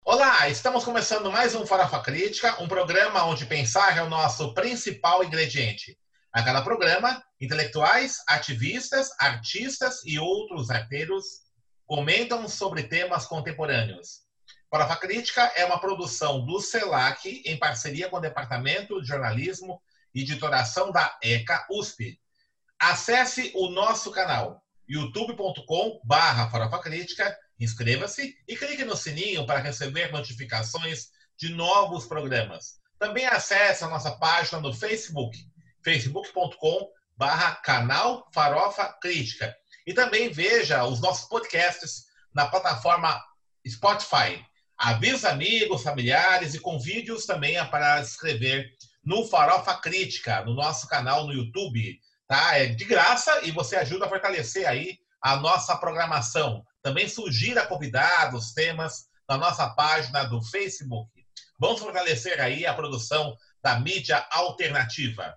Olá, estamos começando mais um Farofa Crítica, um programa onde pensar é o nosso principal ingrediente. A cada programa, intelectuais, ativistas, artistas e outros arteiros comentam sobre temas contemporâneos. Farofa Crítica é uma produção do CELAC em parceria com o Departamento de Jornalismo e Editoração da ECA USP. Acesse o nosso canal youtube.com/Farofa Crítica, inscreva-se e clique no sininho para receber notificações de novos programas. Também acesse a nossa página no Facebook, facebook.com/canal Farofa Crítica. E também veja os nossos podcasts na plataforma Spotify. Avise amigos, familiares e convide-os também para se inscrever no Farofa Crítica, no nosso canal no YouTube. Tá? É de graça e você ajuda a fortalecer aí a nossa programação. Também sugira convidados, temas na nossa página do Facebook. Vamos fortalecer aí a produção da mídia alternativa.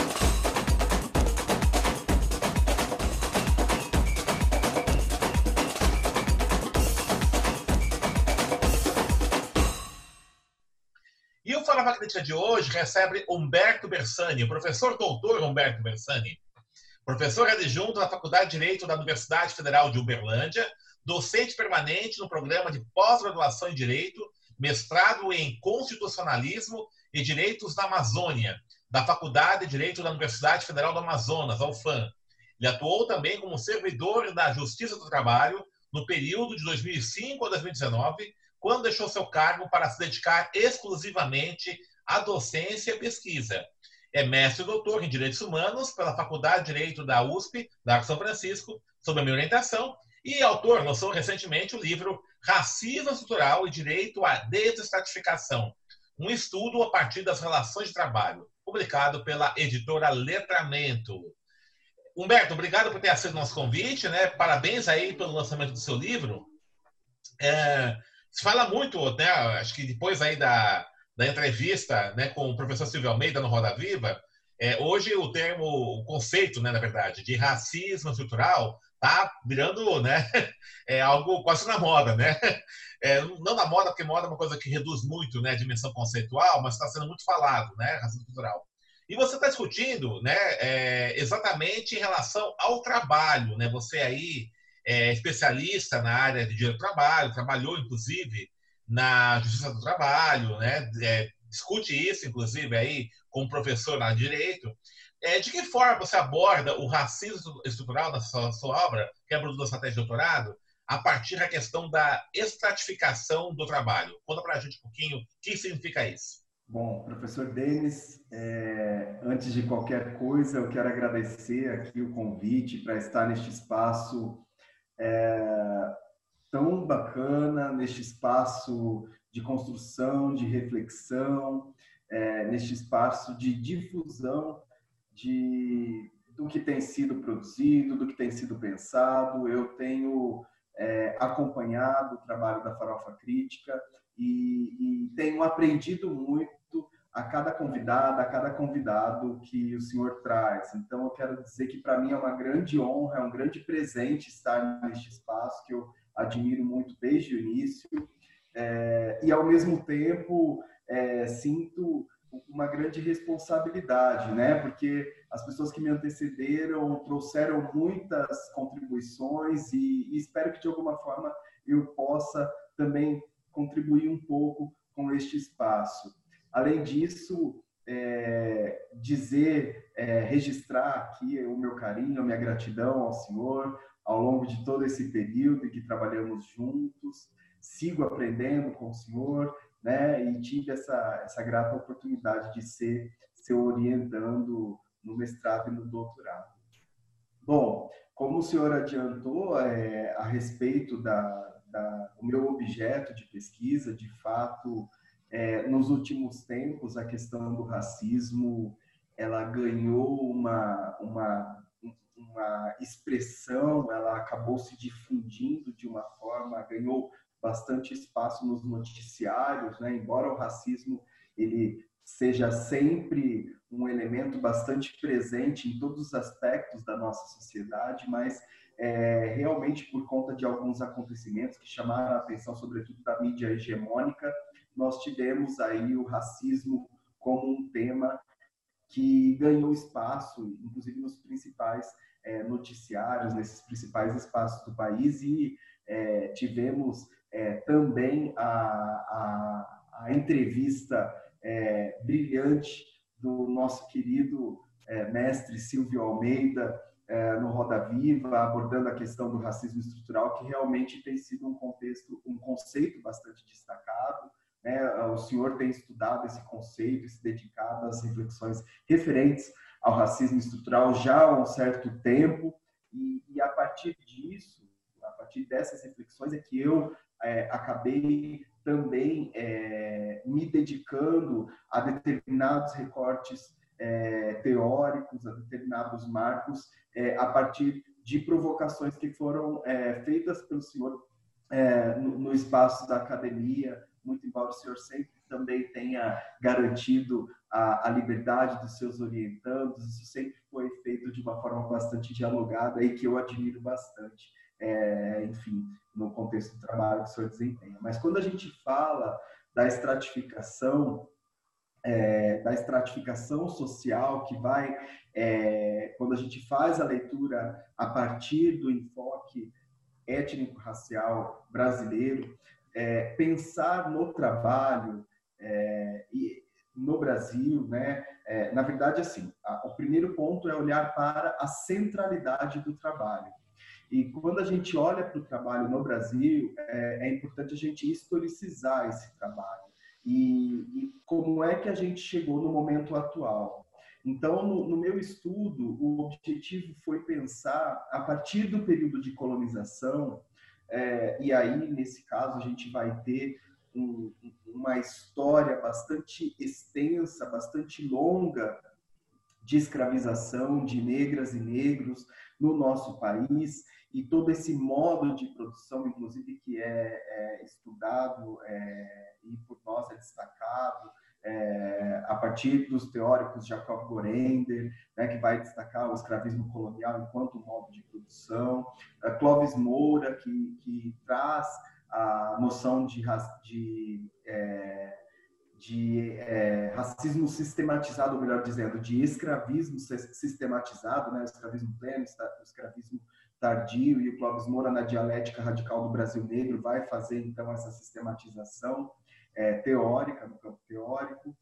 E o Farofa Crítica de hoje recebe Humberto Bersani, o professor doutor Humberto Bersani, professor adjunto da Faculdade de Direito da Universidade Federal de Uberlândia, docente permanente no programa de pós-graduação em Direito, mestrado em Constitucionalismo e Direitos da Amazônia, da Faculdade de Direito da Universidade Federal do Amazonas, a UFAM. Ele atuou também como servidor da Justiça do Trabalho no período de 2005 a 2019, quando deixou seu cargo para se dedicar exclusivamente à docência e pesquisa. É mestre e doutor em Direitos Humanos pela Faculdade de Direito da USP, da São Francisco, sob a minha orientação, e autor, lançou recentemente o livro Racismo Estrutural e Direito à Desestratificação, um estudo a partir das relações de trabalho, publicado pela editora Letramento. Humberto, obrigado por ter aceito o nosso convite, né? Parabéns aí pelo lançamento do seu livro. Se fala muito, né? Acho que depois aí da entrevista, né, com o professor Silvio Almeida no Roda Viva, hoje o conceito, né, na verdade, de racismo estrutural tá virando, né, algo quase na moda, né? Não na moda, porque moda é uma coisa que reduz muito, né, a dimensão conceitual, mas está sendo muito falado, né, racismo estrutural. E você está discutindo, né, exatamente em relação ao trabalho, né? Você aí especialista na área de direito do trabalho, trabalhou, inclusive, na Justiça do Trabalho, né? Discute isso, inclusive, aí com um professor na direito. De que forma você aborda o racismo estrutural na sua obra, que é produto da estratégia de doutorado, a partir da questão da estratificação do trabalho? Conta para a gente um pouquinho o que significa isso. Bom, professor Denis, antes de qualquer coisa, eu quero agradecer aqui o convite para estar neste espaço tão bacana, neste espaço de construção, de reflexão, neste espaço de difusão do que tem sido produzido, do que tem sido pensado. Eu tenho acompanhado o trabalho da Farofa Crítica e tenho aprendido muito a cada convidada, a cada convidado que o senhor traz. Então, eu quero dizer que, para mim, é uma grande honra, é um grande presente estar neste espaço que eu admiro muito desde o início. E, ao mesmo tempo, sinto uma grande responsabilidade, né? Porque as pessoas que me antecederam trouxeram muitas contribuições e espero que, de alguma forma, eu possa também contribuir um pouco com este espaço. Além disso, registrar aqui o meu carinho, a minha gratidão ao senhor ao longo de todo esse período em que trabalhamos juntos. Sigo aprendendo com o senhor, né? E tive essa grata oportunidade de ser seu orientando no mestrado e no doutorado. Bom, como o senhor adiantou a respeito do meu objeto de pesquisa, de fato, nos últimos tempos, a questão do racismo, ela ganhou uma expressão, ela acabou se difundindo de uma forma, ganhou bastante espaço nos noticiários, né? Embora o racismo ele seja sempre um elemento bastante presente em todos os aspectos da nossa sociedade, mas realmente por conta de alguns acontecimentos que chamaram a atenção, sobretudo da mídia hegemônica, nós tivemos aí o racismo como um tema que ganhou espaço, inclusive nos principais noticiários, nesses principais espaços do país, e tivemos também a entrevista brilhante do nosso querido mestre Silvio Almeida, no Roda Viva, abordando a questão do racismo estrutural, que realmente tem sido um conceito bastante destacado. O senhor tem estudado esse conceito e se dedicado às reflexões referentes ao racismo estrutural já há um certo tempo, e a partir disso, a partir dessas reflexões é que eu acabei também me dedicando a determinados recortes teóricos, a determinados marcos, a partir de provocações que foram feitas pelo senhor no espaço da academia, muito embora o senhor sempre também tenha garantido a liberdade dos seus orientandos, isso sempre foi feito de uma forma bastante dialogada e que eu admiro bastante, enfim, no contexto do trabalho que o senhor desempenha. Mas quando a gente fala da estratificação social, que vai, quando a gente faz a leitura a partir do enfoque étnico-racial brasileiro, pensar no trabalho e no Brasil, né? Na verdade, assim, o primeiro ponto é olhar para a centralidade do trabalho. E quando a gente olha para o trabalho no Brasil, é importante a gente historicizar esse trabalho. E como é que a gente chegou no momento atual? Então, no meu estudo, o objetivo foi pensar, a partir do período de colonização, e aí, nesse caso, a gente vai ter uma história bastante extensa, bastante longa, de escravização de negras e negros no nosso país, e todo esse modo de produção, inclusive, que é estudado e por nós é destacado, a partir dos teóricos Jacob Gorender, né, que vai destacar o escravismo colonial enquanto modo de produção, Clovis Moura, que traz a noção de racismo sistematizado, ou melhor dizendo, de escravismo sistematizado, né, o escravismo pleno, o escravismo tardio, e o Clovis Moura, na dialética radical do Brasil Negro, vai fazer, então, essa sistematização teórica, no campo teórico.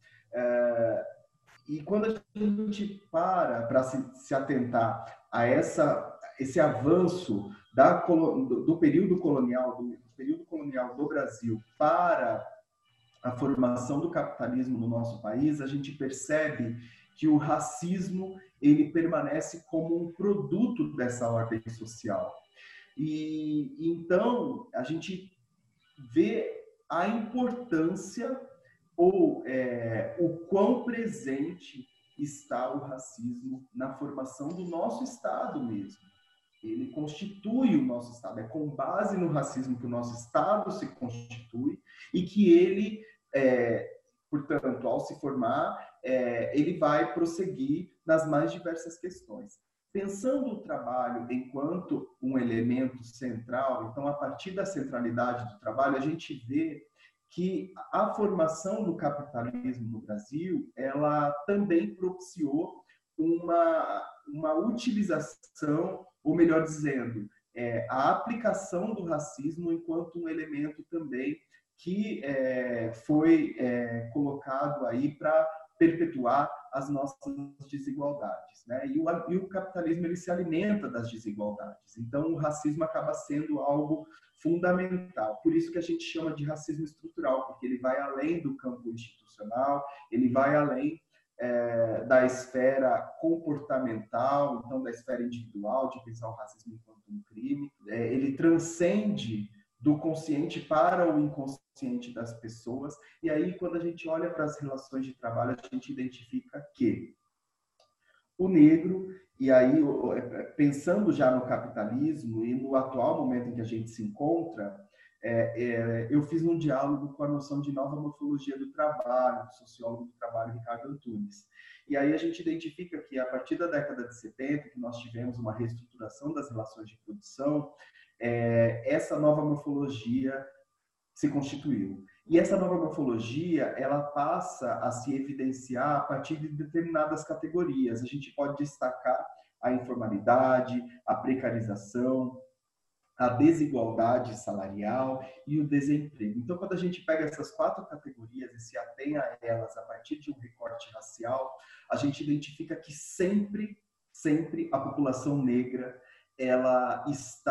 E quando a gente para se atentar a esse avanço do período colonial do Brasil para a formação do capitalismo no nosso país, a gente percebe que o racismo ele permanece como um produto dessa ordem social. E então a gente vê a importância ou o quão presente está o racismo na formação do nosso Estado mesmo. Ele constitui o nosso Estado, é com base no racismo que o nosso Estado se constitui e que ele, portanto, ao se formar, ele vai prosseguir nas mais diversas questões. Pensando o trabalho enquanto um elemento central, então, a partir da centralidade do trabalho, a gente vê que a formação do capitalismo no Brasil, ela também propiciou uma utilização, ou melhor dizendo, a aplicação do racismo enquanto um elemento também que foi colocado aí para perpetuar as nossas desigualdades, né? E o capitalismo ele se alimenta das desigualdades. Então, o racismo acaba sendo algo fundamental. Por isso que a gente chama de racismo estrutural, porque ele vai além do campo institucional, ele vai além da esfera comportamental, então da esfera individual, de pensar o racismo enquanto um crime. Ele transcende do consciente para o inconsciente das pessoas. E aí, quando a gente olha para as relações de trabalho, a gente identifica que o negro, e aí pensando já no capitalismo e no atual momento em que a gente se encontra, eu fiz um diálogo com a noção de nova morfologia do trabalho, do sociólogo do trabalho Ricardo Antunes. E aí a gente identifica que, a partir da década de 70, que nós tivemos uma reestruturação das relações de produção, essa nova morfologia se constituiu. E essa nova morfologia, ela passa a se evidenciar a partir de determinadas categorias. A gente pode destacar a informalidade, a precarização, a desigualdade salarial e o desemprego. Então, quando a gente pega essas 4 categorias e se atém a elas a partir de um recorte racial, a gente identifica que sempre a população negra ela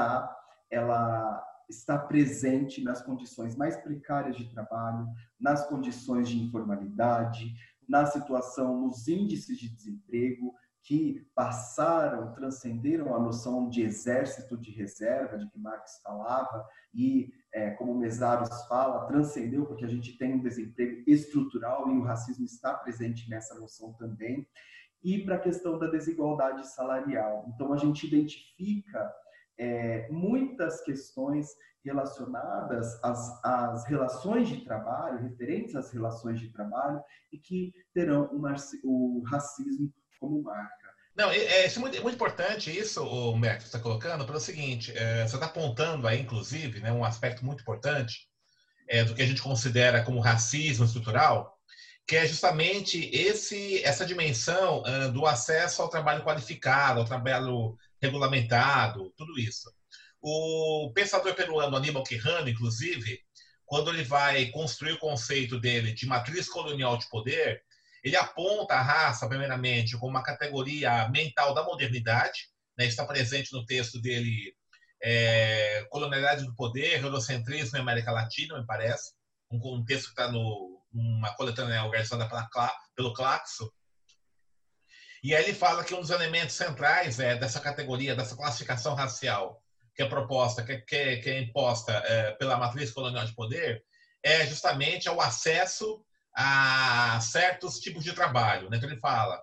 está presente nas condições mais precárias de trabalho, nas condições de informalidade, na situação, nos índices de desemprego, que transcenderam a noção de exército de reserva, de que Marx falava, e, como Mesaros fala, transcendeu porque a gente tem um desemprego estrutural e o racismo está presente nessa noção também, e para a questão da desigualdade salarial. Então, a gente identifica muitas questões relacionadas às relações de trabalho, referentes às relações de trabalho, e que terão o racismo como marca. Não, isso é muito importante, isso, o Humberto, que você está colocando, pelo seguinte, você está apontando aí, inclusive, né, um aspecto muito importante do que a gente considera como racismo estrutural, que é justamente essa dimensão do acesso ao trabalho qualificado, ao trabalho regulamentado, tudo isso. O pensador peruano Aníbal Quijano, inclusive, quando ele vai construir o conceito dele de matriz colonial de poder, ele aponta a raça, primeiramente, como uma categoria mental da modernidade, né? Está presente no texto dele, Colonialidade do Poder, Eurocentrismo em América Latina, me parece, um texto que está numa coletânea organizada pelo Claxo. E aí ele fala que um dos elementos centrais dessa categoria, dessa classificação racial, que é proposta, que é imposta pela matriz colonial de poder, é justamente o acesso a certos tipos de trabalho, né? Então ele fala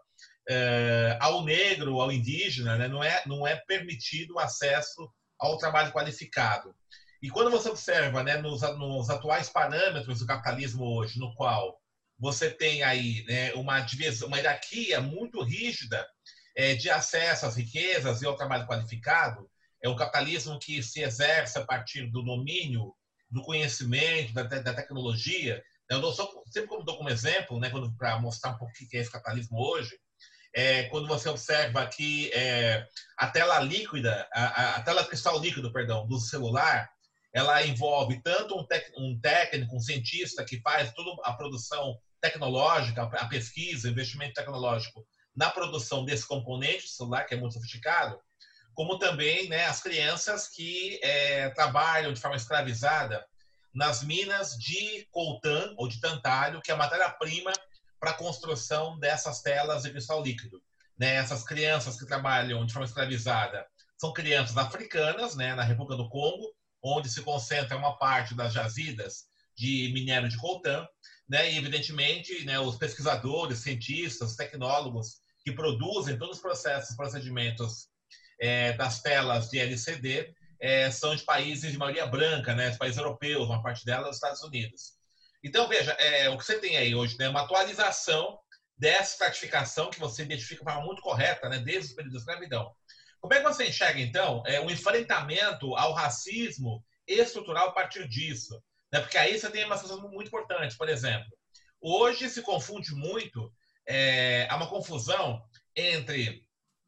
ao negro, ao indígena, né? não é permitido o acesso ao trabalho qualificado. E quando você observa, né, nos atuais parâmetros do capitalismo hoje, no qual você tem aí, né, uma hierarquia muito rígida de acesso às riquezas e ao trabalho qualificado, é um capitalismo que se exerce a partir do domínio, do conhecimento, da tecnologia. Eu sempre dou como exemplo, né, para mostrar um pouco o que é esse capitalismo hoje, quando você observa que a tela líquida, a tela cristal líquido, perdão, do celular, ela envolve tanto um técnico, um cientista que faz toda a produção tecnológica, a pesquisa, o investimento tecnológico na produção desse componente do celular, que é muito sofisticado, como também, né, as crianças que trabalham de forma escravizada nas minas de coltan ou de tantalho, que é a matéria-prima para a construção dessas telas de cristal líquido. Né? Essas crianças que trabalham de forma escravizada são crianças africanas, né, na República do Congo, onde se concentra uma parte das jazidas de minério de coltan, né, e, evidentemente, né, os pesquisadores, cientistas, tecnólogos que produzem todos os procedimentos das telas de LCD são de países de maioria branca, né, de países europeus, uma parte delas dos Estados Unidos. Então, veja, o que você tem aí hoje, né, uma atualização dessa estratificação que você identifica de forma muito correta, né, desde o período da escravidão. Como é que você enxerga, então, o enfrentamento ao racismo estrutural a partir disso? Né? Porque aí você tem uma situação muito importante. Por exemplo, hoje se confunde muito, há uma confusão entre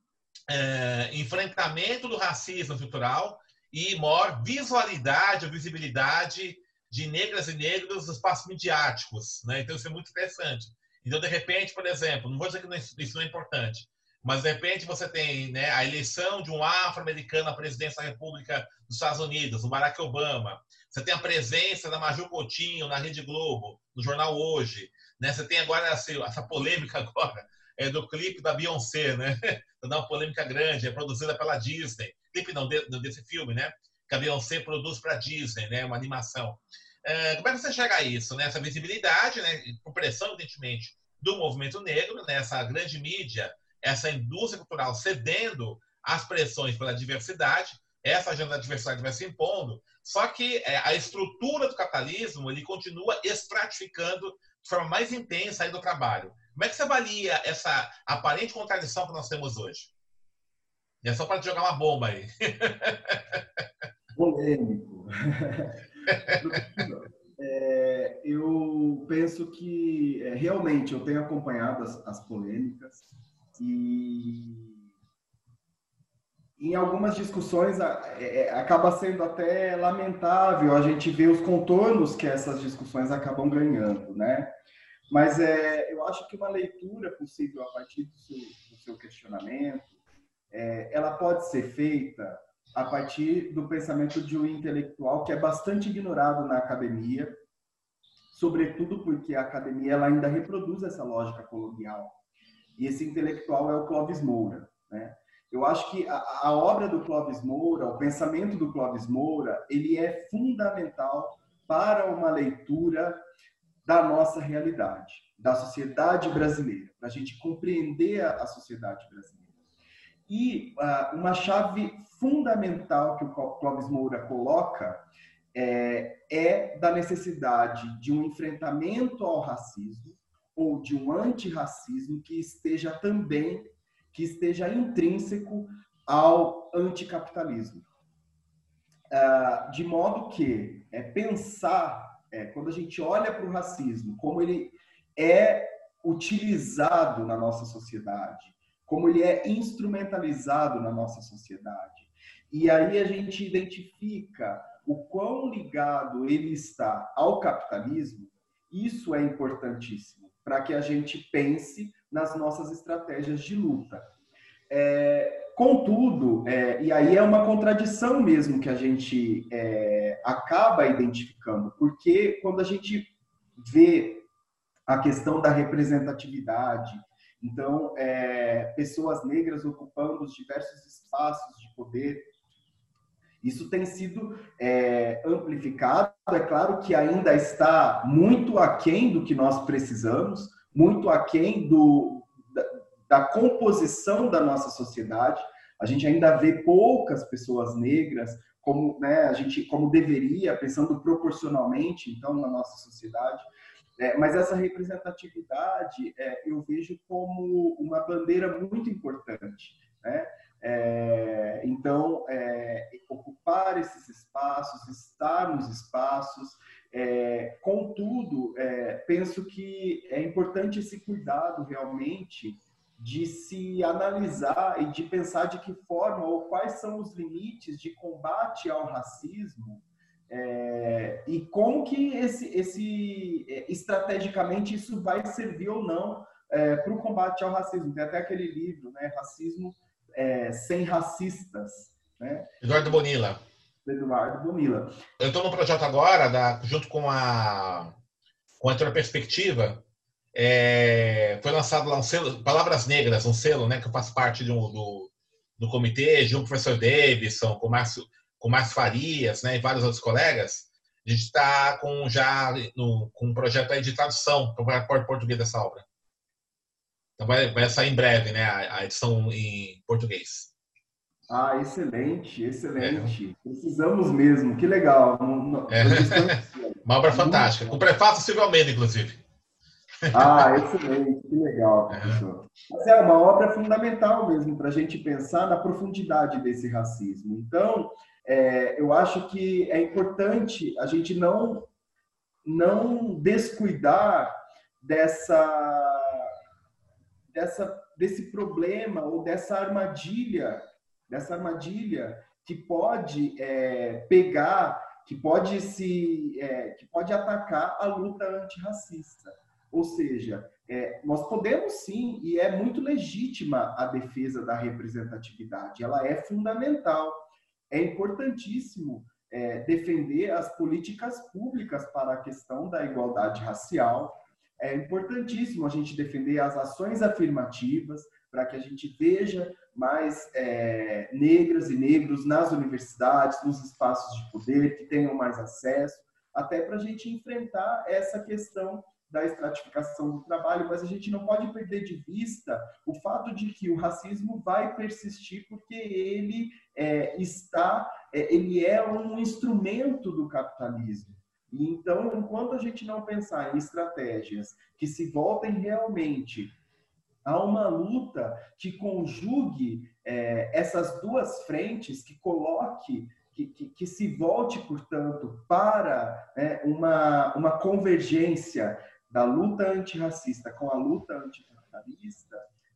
enfrentamento do racismo estrutural e maior visualidade ou visibilidade de negras e negros nos espaços midiáticos. Né? Então, isso é muito interessante. Então, de repente, por exemplo, não vou dizer que isso não é importante, mas, de repente, você tem, né, a eleição de um afro-americano à presidência da República dos Estados Unidos, o Barack Obama. Você tem a presença da Maju Coutinho na Rede Globo, no Jornal Hoje. Né? Você tem agora essa polêmica agora do clipe da Beyoncé, né? Uma polêmica grande, produzida pela Disney. Clipe não, desse filme, né? Que a Beyoncé produz para a Disney, né? Uma animação. Como é que você enxerga isso? Né? Essa visibilidade, né? Por pressão, evidentemente, do movimento negro, né? Essa grande mídia, essa indústria cultural cedendo às pressões pela diversidade, essa agenda da diversidade vai se impondo, só que a estrutura do capitalismo ele continua estratificando de forma mais intensa aí do trabalho. Como é que você avalia essa aparente contradição que nós temos hoje? E é só para jogar uma bomba aí. Polêmico. Eu penso que realmente eu tenho acompanhado as polêmicas e em algumas discussões acaba sendo até lamentável a gente ver os contornos que essas discussões acabam ganhando, né? Mas eu acho que uma leitura possível a partir do seu questionamento, ela pode ser feita a partir do pensamento de um intelectual que é bastante ignorado na academia, sobretudo porque a academia ela ainda reproduz essa lógica colonial. E esse intelectual é o Clóvis Moura, né? Eu acho que a obra do Clóvis Moura, o pensamento do Clóvis Moura, ele é fundamental para uma leitura da nossa realidade, da sociedade brasileira, para a gente compreender a sociedade brasileira. E uma chave fundamental que o Clóvis Moura coloca é da necessidade de um enfrentamento ao racismo ou de um antirracismo que esteja intrínseco ao anticapitalismo. De modo que pensar, quando a gente olha para o racismo, como ele é utilizado na nossa sociedade, como ele é instrumentalizado na nossa sociedade, e aí a gente identifica o quão ligado ele está ao capitalismo, isso é importantíssimo para que a gente pense nas nossas estratégias de luta. Contudo, e aí é uma contradição mesmo que a gente acaba identificando, porque quando a gente vê a questão da representatividade, então, pessoas negras ocupando os diversos espaços de poder, isso tem sido amplificado. É claro que ainda está muito aquém do que nós precisamos, muito aquém da composição da nossa sociedade. A gente ainda vê poucas pessoas negras como, né, como deveria, pensando proporcionalmente, então, na nossa sociedade. Mas essa representatividade eu vejo como uma bandeira muito importante, né? Então, ocupar esses espaços, estar nos espaços, contudo, penso que é importante esse cuidado realmente de se analisar e de pensar de que forma ou quais são os limites de combate ao racismo e como que estrategicamente isso vai servir ou não para o combate ao racismo. Tem até aquele livro, né, Racismo Sem Racistas, né? Eduardo Bonilla. Eduardo Bonilla. Eu estou num projeto agora, junto com a Outra Perspectiva, foi lançado lá um selo, Palavras Negras, um selo, né, que eu faço parte do comitê, junto com o professor Davidson, com o Márcio Farias, né, e vários outros colegas. A gente está com um projeto aí de tradução para o português dessa obra. Então vai sair em breve, né, a edição em português. Excelente, excelente. Precisamos mesmo, que legal. Uma obra fantástica, com prefácio Silvio Almeida, inclusive. Excelente, que legal, professor. Mas é uma obra fundamental mesmo para a gente pensar na profundidade desse racismo. Então, eu acho que é importante a gente não descuidar desse problema ou dessa armadilha que pode pegar, que pode atacar a luta antirracista. Ou seja, nós podemos sim, e é muito legítima a defesa da representatividade, ela é fundamental. É importantíssimo defender as políticas públicas para a questão da igualdade racial. É importantíssimo a gente defender as ações afirmativas para que a gente veja mais negras e negros nas universidades, nos espaços de poder, que tenham mais acesso, até para a gente enfrentar essa questão da estratificação do trabalho, mas a gente não pode perder de vista o fato de que o racismo vai persistir porque ele é um instrumento do capitalismo. E então, enquanto a gente não pensar em estratégias que se voltem realmente a uma luta que conjugue essas duas frentes, que coloque, que se volte, portanto, para uma convergência da luta antirracista com a luta anticapitalista,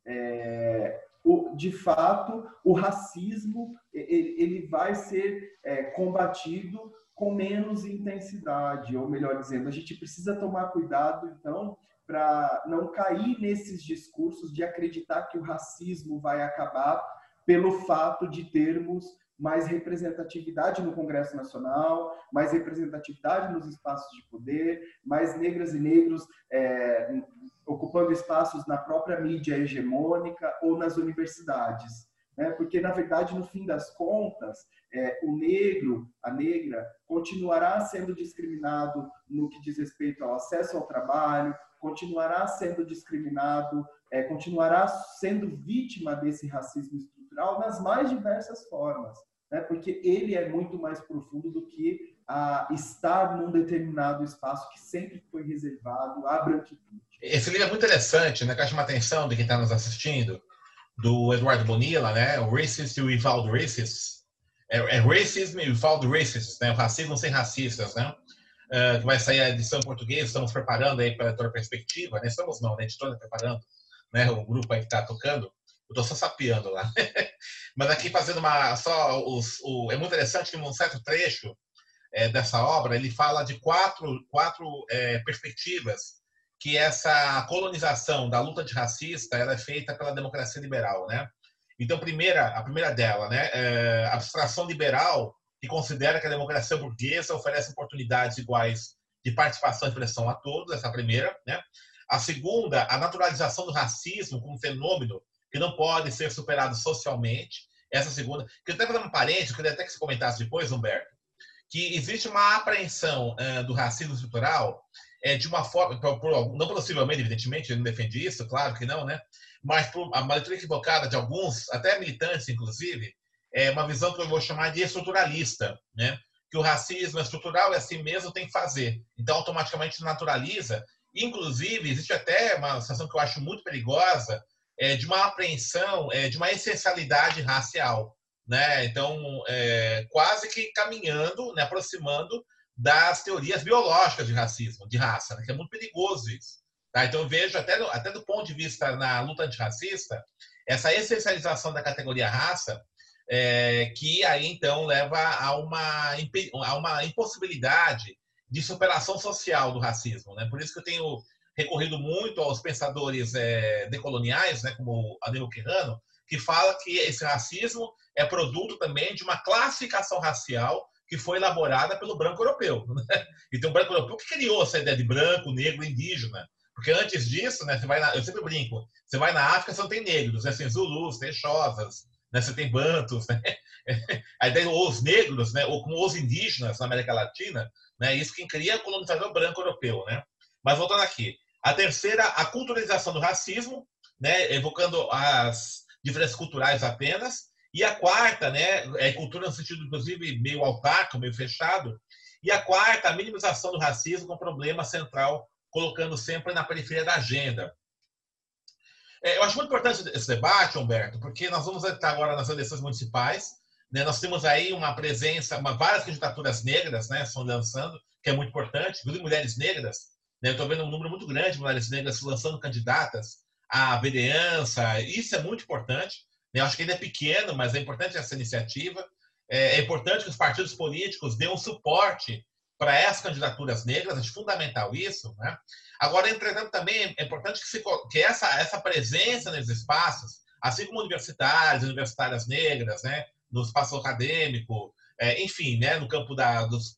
de fato, o racismo ele vai ser combatido com menos intensidade, ou melhor dizendo, a gente precisa tomar cuidado, então, para não cair nesses discursos de acreditar que o racismo vai acabar pelo fato de termos mais representatividade no Congresso Nacional, mais representatividade nos espaços de poder, mais negras e negros ocupando espaços na própria mídia hegemônica ou nas universidades. Porque, na verdade, no fim das contas, o negro, a negra, continuará sendo discriminado no que diz respeito ao acesso ao trabalho, continuará sendo discriminado, continuará sendo vítima desse racismo estrutural nas mais diversas formas, porque ele é muito mais profundo do que estar num determinado espaço que sempre foi reservado à branquitude. Esse livro é muito interessante, né, que chama a atenção de quem está nos assistindo, do Eduardo Bonilla, né, o Racist Without Racists, Racism Without Racists, né, o racismo sem racistas, né, que vai sair a edição em português, estamos preparando aí para a Editora Perspectiva, né, estamos não, né, a editora preparando, né, o grupo aí que está tocando, eu estou só sapeando lá, mas aqui fazendo é muito interessante que num certo trecho dessa obra, ele fala de quatro perspectivas que essa colonização da luta antirracista ela é feita pela democracia liberal, né? Então, a primeira dela, né, a abstração liberal que considera que a democracia burguesa oferece oportunidades iguais de participação e expressão a todos, essa é a primeira, né? A segunda, a naturalização do racismo como fenômeno que não pode ser superado socialmente, essa segunda. Que eu até fazer um parênteses, eu queria até que você comentasse depois, Humberto, que existe uma apreensão do racismo estrutural de uma forma, não possivelmente, evidentemente, eu não defendi isso, claro que não, né? Mas por uma leitura equivocada de alguns, até militantes, inclusive, uma visão que eu vou chamar de estruturalista, né? Que o racismo é estrutural e assim mesmo tem que fazer. Então, automaticamente naturaliza. Inclusive, existe até uma situação que eu acho muito perigosa, de uma apreensão, de uma essencialidade racial, né? Então, quase que caminhando, né, aproximando das teorias biológicas de racismo, de raça, né, que é muito perigoso isso. Tá? Então, eu vejo, até do ponto de vista na luta antirracista, essa essencialização da categoria raça, que aí, então, leva a uma impossibilidade de superação social do racismo. Né? Por isso que eu tenho recorrido muito aos pensadores decoloniais, né, como Anelo Quijano, que fala que esse racismo é produto também de uma classificação racial que foi elaborada pelo branco europeu. Né? Então, o branco europeu que criou essa ideia de branco, negro, indígena. Porque antes disso, né, eu sempre brinco, você vai na África, você não tem negros, né? Você tem Zulus, tem Xhosas, né? Você tem Bantus. Né? A ideia os negros, né? Ou como os indígenas na América Latina, né? Isso quem cria é o colonizador branco europeu. Né? Mas voltando aqui, a terceira, a culturalização do racismo, né? Evocando as diferenças culturais apenas. E a quarta, né, cultura no sentido, inclusive, meio autárquico, meio fechado. E a quarta, a minimização do racismo com problema central, colocando sempre na periferia da agenda. Eu acho muito importante esse debate, Humberto, porque nós vamos estar agora nas eleições municipais. Né, nós temos aí uma presença, várias candidaturas negras, né, estão lançando, que é muito importante, inclusive mulheres negras. Né, eu estou vendo um número muito grande de mulheres negras lançando candidatas à vereança. Isso é muito importante. Eu acho que ainda é pequeno, mas é importante essa iniciativa. É importante que os partidos políticos dêem um suporte para essas candidaturas negras, é fundamental isso. Né? Agora, entretanto, também é importante que essa presença nesses espaços, assim como universitárias negras, né? No espaço acadêmico, enfim, né? No campo dos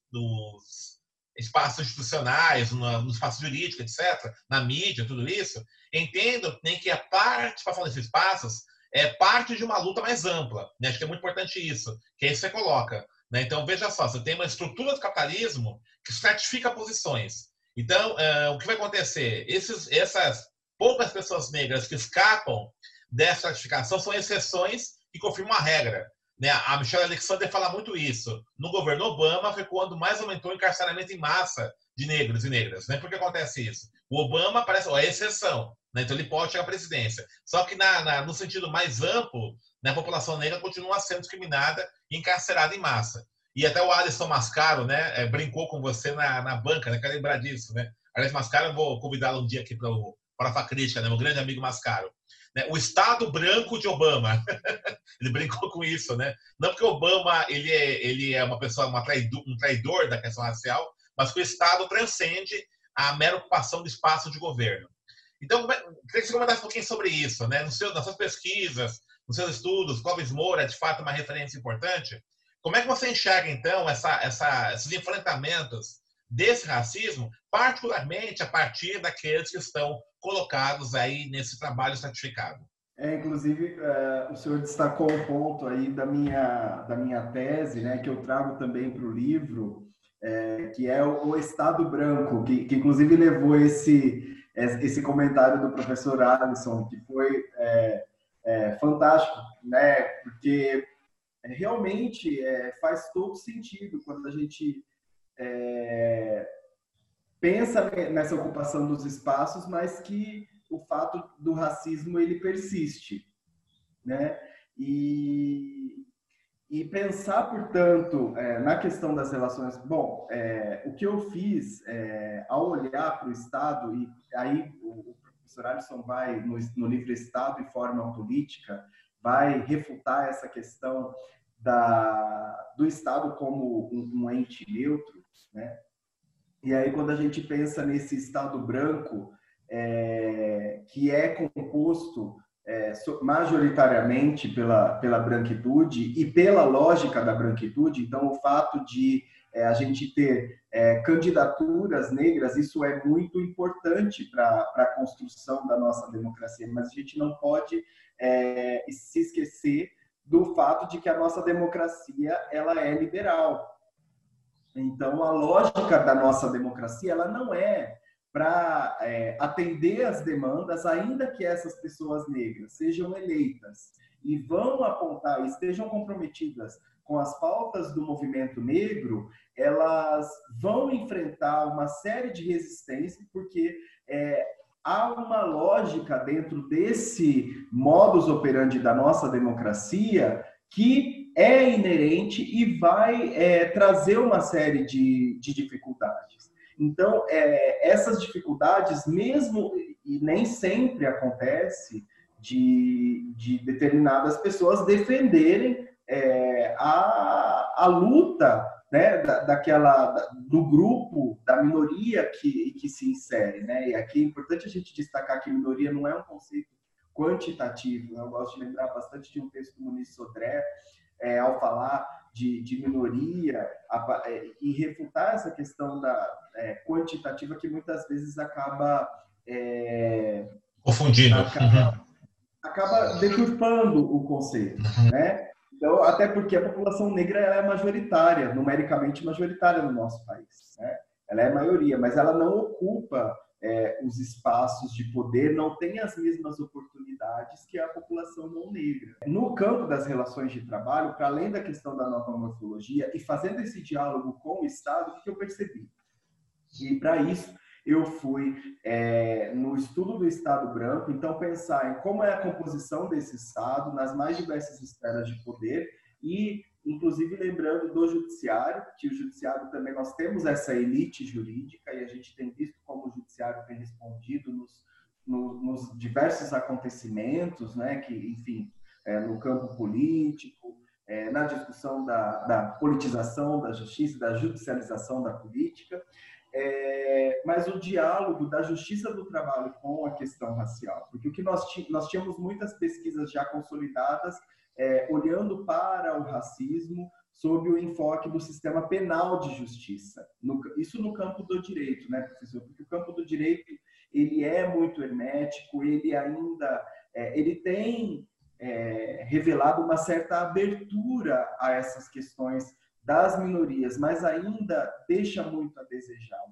espaços institucionais, no espaço jurídico, etc., na mídia, tudo isso, entendo nem que a participação desses espaços é parte de uma luta mais ampla. Né? Acho que é muito importante isso, que aí você coloca. Né? Então, veja só, você tem uma estrutura do capitalismo que estratifica posições. Então, o que vai acontecer? Essas poucas pessoas negras que escapam dessa estratificação são exceções que confirmam a regra. Né? A Michelle Alexander fala muito isso. No governo Obama foi quando mais aumentou o encarceramento em massa de negros e negras. Né? Por que acontece isso? O Obama parece a exceção, né? Então ele pode chegar à presidência. Só que no sentido mais amplo, né, a população negra continua sendo discriminada e encarcerada em massa. E até o Alisson Mascaro, né, brincou com você na banca, né? Quero lembrar disso, né? Alisson Mascaro, eu vou convidá-lo um dia aqui para a Facrítica, né? Meu grande amigo Mascaro. Né? O Estado branco de Obama. Ele brincou com isso, né? Não porque Obama ele é uma pessoa, um traidor da questão racial, mas que o Estado transcende a mera ocupação do espaço de governo. Então, queria que você comentasse um pouquinho sobre isso, né? Nas suas pesquisas, nos seus estudos, Clóvis Moura é de fato uma referência importante. Como é que você enxerga, então, esses enfrentamentos desse racismo, particularmente a partir daqueles que estão colocados aí nesse trabalho certificado? Inclusive, o senhor destacou um ponto aí da minha tese, né, que eu trago também para o livro, que é o Estado branco, que inclusive levou esse comentário do professor Alisson, que foi fantástico, né, porque realmente faz todo sentido quando a gente pensa nessa ocupação dos espaços, mas que o fato do racismo ele persiste, né? E pensar, portanto, na questão das relações... Bom, o que eu fiz ao olhar para o Estado, e aí o professor Alisson vai, no livro Estado e Forma Política, vai refutar essa questão do Estado como um ente neutro, né? E aí, quando a gente pensa nesse Estado branco, que é composto majoritariamente pela branquitude e pela lógica da branquitude, então o fato de a gente ter candidaturas negras, isso é muito importante para a construção da nossa democracia, mas a gente não pode se esquecer do fato de que a nossa democracia ela é liberal. Então, a lógica da nossa democracia ela não é para atender as demandas, ainda que essas pessoas negras sejam eleitas e vão apontar, estejam comprometidas com as pautas do movimento negro, elas vão enfrentar uma série de resistências, porque há uma lógica dentro desse modus operandi da nossa democracia que é inerente e vai trazer uma série de dificuldades. Então, essas dificuldades, mesmo e nem sempre acontece de determinadas pessoas defenderem a luta, né, do grupo, da minoria que se insere, né? E aqui é importante a gente destacar que minoria não é um conceito quantitativo. Eu gosto de lembrar bastante de um texto do Muniz Sodré, ao falar de minoria e refutar essa questão quantitativa que muitas vezes acaba confundindo. Acaba deturpando o conceito, né? Então, até porque a população negra ela é majoritária, numericamente majoritária no nosso país, né? Ela é a maioria, mas ela não ocupa os espaços de poder, não tem as mesmas oportunidades que a população não negra. No campo das relações de trabalho, para além da questão da nova morfologia, e fazendo esse diálogo com o Estado, o que eu percebi? E para isso, eu fui no estudo do Estado branco, então pensar em como é a composição desse Estado nas mais diversas esferas de poder e, inclusive, lembrando do judiciário, que o judiciário também nós temos essa elite jurídica e a gente tem visto como o judiciário tem respondido nos diversos acontecimentos, né, que, enfim, no campo político, na discussão da politização da justiça, da judicialização da política, mas o diálogo da justiça do trabalho com a questão racial, porque o que nós tínhamos muitas pesquisas já consolidadas olhando para o racismo sob o enfoque do sistema penal de justiça, isso no campo do direito, né, professor? Porque o campo do direito ele é muito hermético, ele ainda ele tem revelado uma certa abertura a essas questões das minorias, mas ainda deixa muito a desejar. O campo do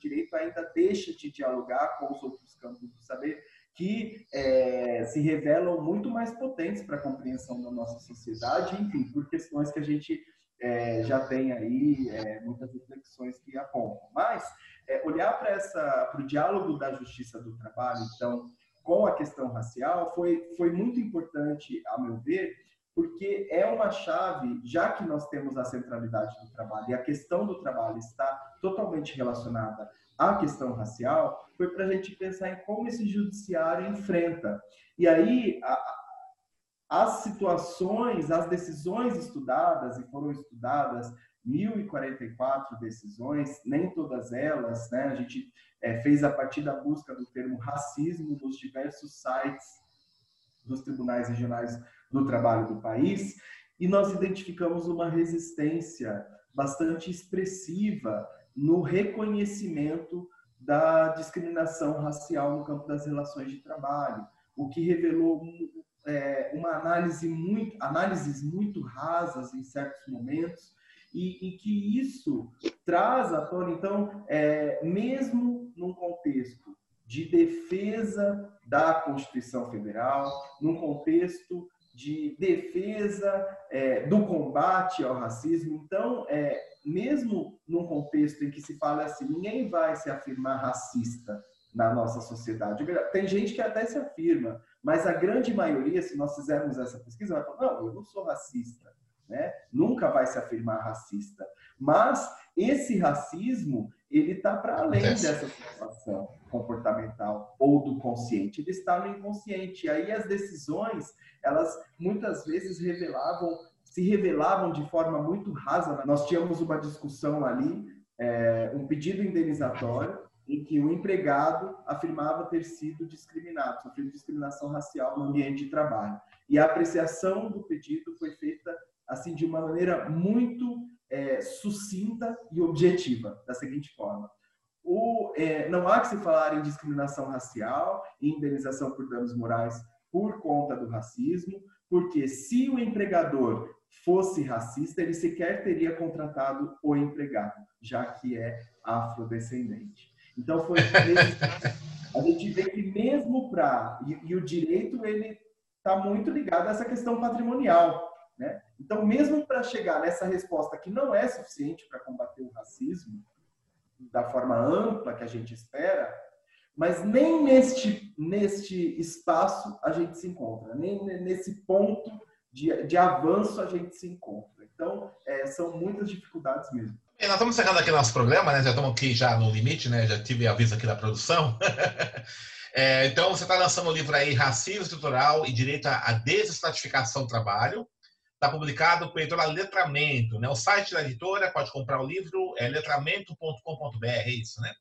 direito ainda deixa de dialogar com os outros campos do saber que se revelam muito mais potentes para a compreensão da nossa sociedade, enfim, por questões que a gente já tem aí muitas reflexões que apontam. Mas olhar para o diálogo da justiça do trabalho, então, com a questão racial, foi muito importante, a meu ver, porque é uma chave, já que nós temos a centralidade do trabalho e a questão do trabalho está totalmente relacionada à questão racial, foi para a gente pensar em como esse judiciário enfrenta. E aí, as situações, as decisões estudadas, e foram estudadas 1.044 decisões, nem todas elas, né? A gente fez a partir da busca do termo racismo nos diversos sites dos tribunais regionais do trabalho do país, e nós identificamos uma resistência bastante expressiva no reconhecimento da discriminação racial no campo das relações de trabalho, o que revelou uma análises muito rasas em certos momentos, e que isso traz à tona, então, mesmo num contexto de defesa da Constituição Federal, num contexto de defesa do combate ao racismo. Então, mesmo num contexto em que se fala assim, ninguém vai se afirmar racista na nossa sociedade. Tem gente que até se afirma, mas a grande maioria, se nós fizermos essa pesquisa, vai falar, não, eu não sou racista, né? Nunca vai se afirmar racista. Mas esse racismo, ele está para além dessa situação comportamental ou do consciente, ele está no inconsciente. E aí as decisões, elas muitas vezes se revelavam de forma muito rasa. Nós tínhamos uma discussão ali, um pedido indenizatório, em que o empregado afirmava ter sido discriminado, sofrendo discriminação racial no ambiente de trabalho. E a apreciação do pedido foi feita assim de uma maneira muito sucinta e objetiva, da seguinte forma: não há que se falar em discriminação racial e indenização por danos morais por conta do racismo, porque se o empregador fosse racista, ele sequer teria contratado o empregado, já que é afrodescendente. Então, a gente vê que mesmo e o direito, ele está muito ligado a essa questão patrimonial, né? Então, mesmo para chegar nessa resposta que não é suficiente para combater o racismo da forma ampla que a gente espera, mas nem neste espaço a gente se encontra, nem nesse ponto de avanço a gente se encontra. Então, são muitas dificuldades mesmo. E nós estamos encerrando aqui nosso programa, né? Já estamos aqui já no limite, né? Já tive aviso aqui da produção. Então, você está lançando um livro aí, Racismo Estrutural e Direito à Desestratificação do Trabalho. Está publicado pela editora Letramento, né? O site da editora, pode comprar o livro, é letramento.com.br, é isso, né?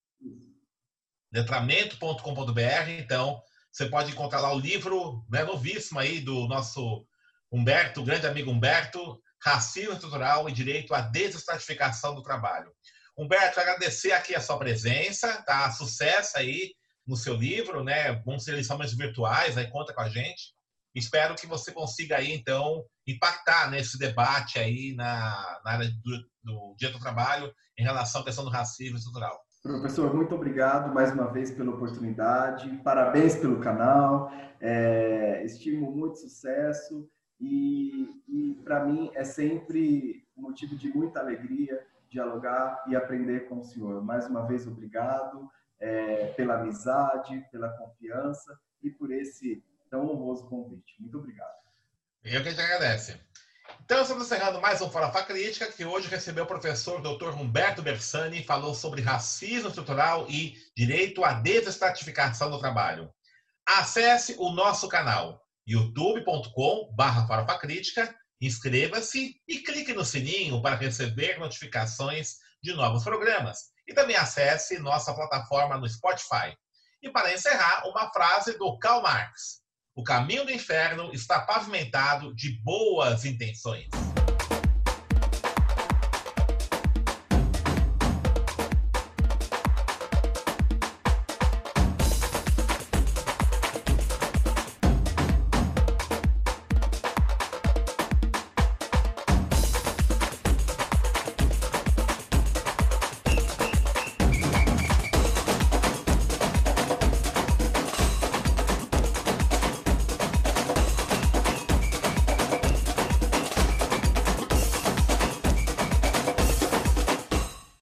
letramento.com.br. Então, você pode encontrar lá o livro, né, novíssimo aí do nosso Humberto, grande amigo Humberto, Racismo Estrutural e Direito à Desestratificação do Trabalho. Humberto, agradecer aqui a sua presença, tá? Sucesso aí no seu livro, né? Vão ser lições virtuais, aí conta com a gente. Espero que você consiga aí, então, impactar nesse debate aí na área do Dia do Trabalho em relação à questão do racismo estrutural. Professor, muito obrigado mais uma vez pela oportunidade, parabéns pelo canal, estimo muito sucesso e para mim é sempre um motivo de muita alegria dialogar e aprender com o senhor. Mais uma vez, obrigado pela amizade, pela confiança e por esse tão honroso convite. Muito obrigado. Eu que te agradeço. Então, estamos encerrando mais um Farofa Crítica, que hoje recebeu o professor Dr. Humberto Bersani, falou sobre racismo estrutural e direito à desestratificação do trabalho. Acesse o nosso canal, youtube.com/farofacrítica, inscreva-se e clique no sininho para receber notificações de novos programas. E também acesse nossa plataforma no Spotify. E para encerrar, uma frase do Karl Marx: o caminho do inferno está pavimentado de boas intenções.